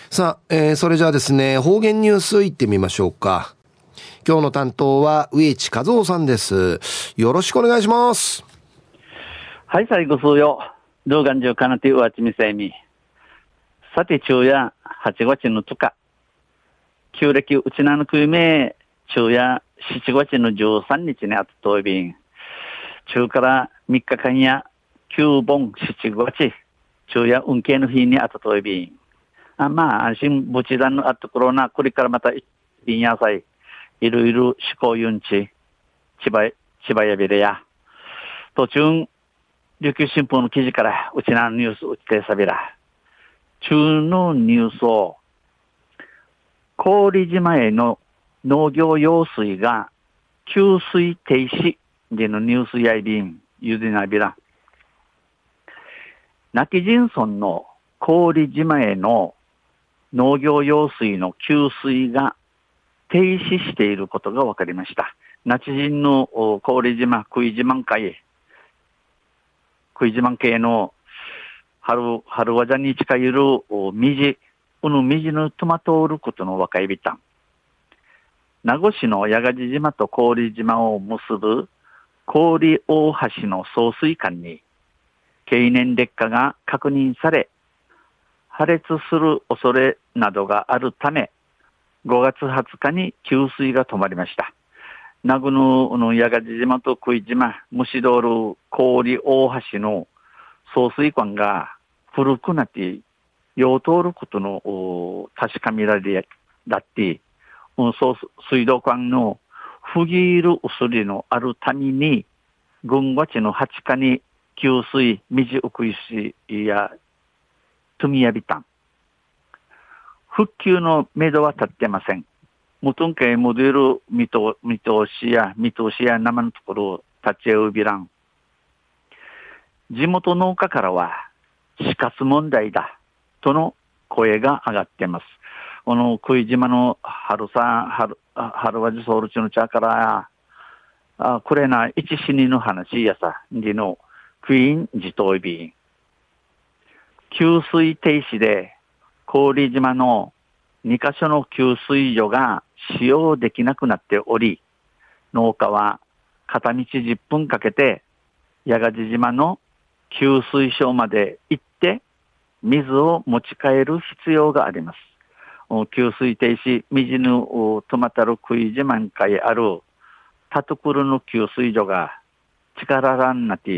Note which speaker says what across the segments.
Speaker 1: さあ、それじゃあですね、方言ニュースいってみましょうか。今日の担当は植地和夫さんです。よろしくお願いします。
Speaker 2: はい、最後数よ。動画中かなてうわちみせみ。さて、昼夜8月の2日。旧暦うちなのくいめ、昼夜7月の13日にあったといびん。中から3日間や9本7月。昼夜運慶の日にあったといびん。まあ、安心無事だのあった頃な、これからまた、びんやさい、いろいろ思考ゆんち、千葉やびれや。途中、琉球新報の記事から、うちなのニュース、うちてさびら。中のニュースを、郡島への農業用水が、給水停止でのニュースやいびん、ゆでなびら。亡き人村の郡島への農業用水の給水が停止していることが分かりました。那智人の郡島、クイジマン系の春技に近いる水のトマトを売ることの若いびたん。名護市の八ヶ地島と郡島を結ぶ郡大橋の送水管に経年劣化が確認され、破裂する恐れなどがあるため、5月20日に給水が止まりました。名護の八ヶ地島と杭島、虫通る郡大橋の送水管が古くなって、よう通ることの確かめられだって、水道管の不義いる薄りのあるために、軍月の20日に給水、水うくいしや、積みやびたん。復旧のめどは立ってません。無頓系モデル見通しや生のところを立ち会うびらん。地元農家からは死活問題だとの声が上がっています。杭島の春はじソウルチの茶からこれな一死にの話やさでのクイーン自頭ビン給水停止で郡島の2カ所の給水所が使用できなくなっており、農家は片道10分かけて八ヶ地島の給水所まで行って水を持ち帰る必要があります。給水停止、水の止まったる杭島にあるタトクルの給水所が力らんなって、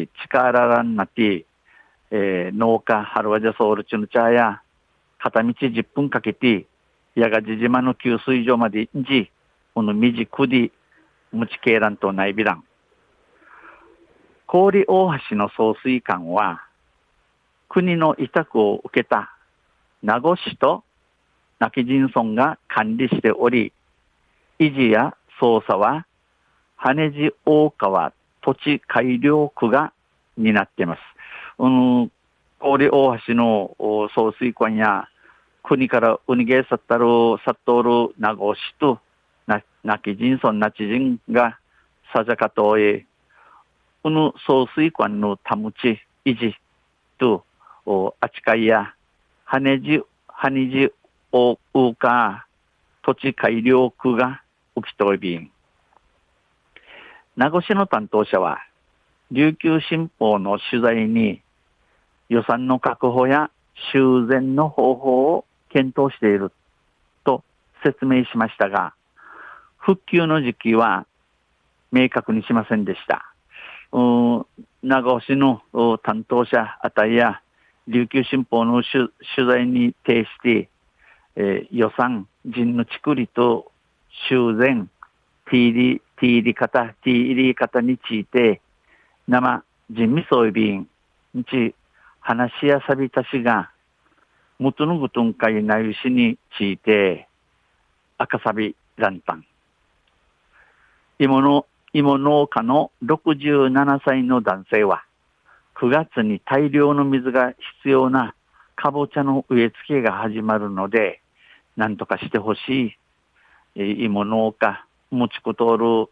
Speaker 2: 農家、春はじゃソウルチュの茶や、片道10分かけて、八ヶ地島の給水所までこの水くり、持ち帰らんとないびらん。郡大橋の送水管は、国の委託を受けた名護市と亡き人村が管理しており、維持や操作は、羽地大川土地改良区が担っています。郡大橋の送水管や国からウニゲーサットール名護市と亡き人村那智人がさじゃかとえ送水管の保ち維持と扱いや羽地大川土地改良区が起きといびん。名護市の担当者は琉球新報の取材に予算の確保や修繕の方法を検討していると説明しましたが、復旧の時期は明確にしませんでした。名護市の担当者あたりや琉球新報の取材に呈して、予算、人のちくりと修繕、ティーリ方について、生人味そういびんにち話しやさびたしが、元のぐとんかいなゆしについて、赤さびランタン。芋農家の67歳の男性は、9月に大量の水が必要なかぼちゃの植え付けが始まるので、なんとかしてほしい。芋農家、持ちこ通る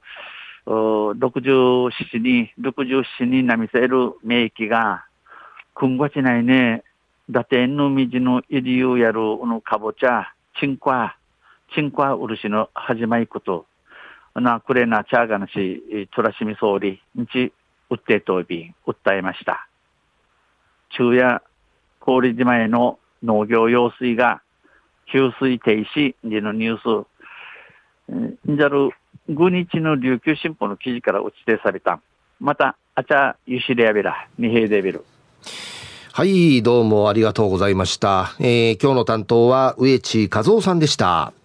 Speaker 2: 67になみせる名域が、くんごちないね、 打点の道の入りをやるかぼちゃ、チンクワ漆の始まりこと、なくれなチャーガナシ、トラシミ総理、日、うってとび、訴えました。昼夜、郡島への農業用水が給水停止でのニュース、んじゃる5日の琉球新報の記事から打ち出された。また、あちゃ、ゆしれやべら、にへいでびる。
Speaker 1: はい、どうもありがとうございました。今日の担当は植地和夫さんでした。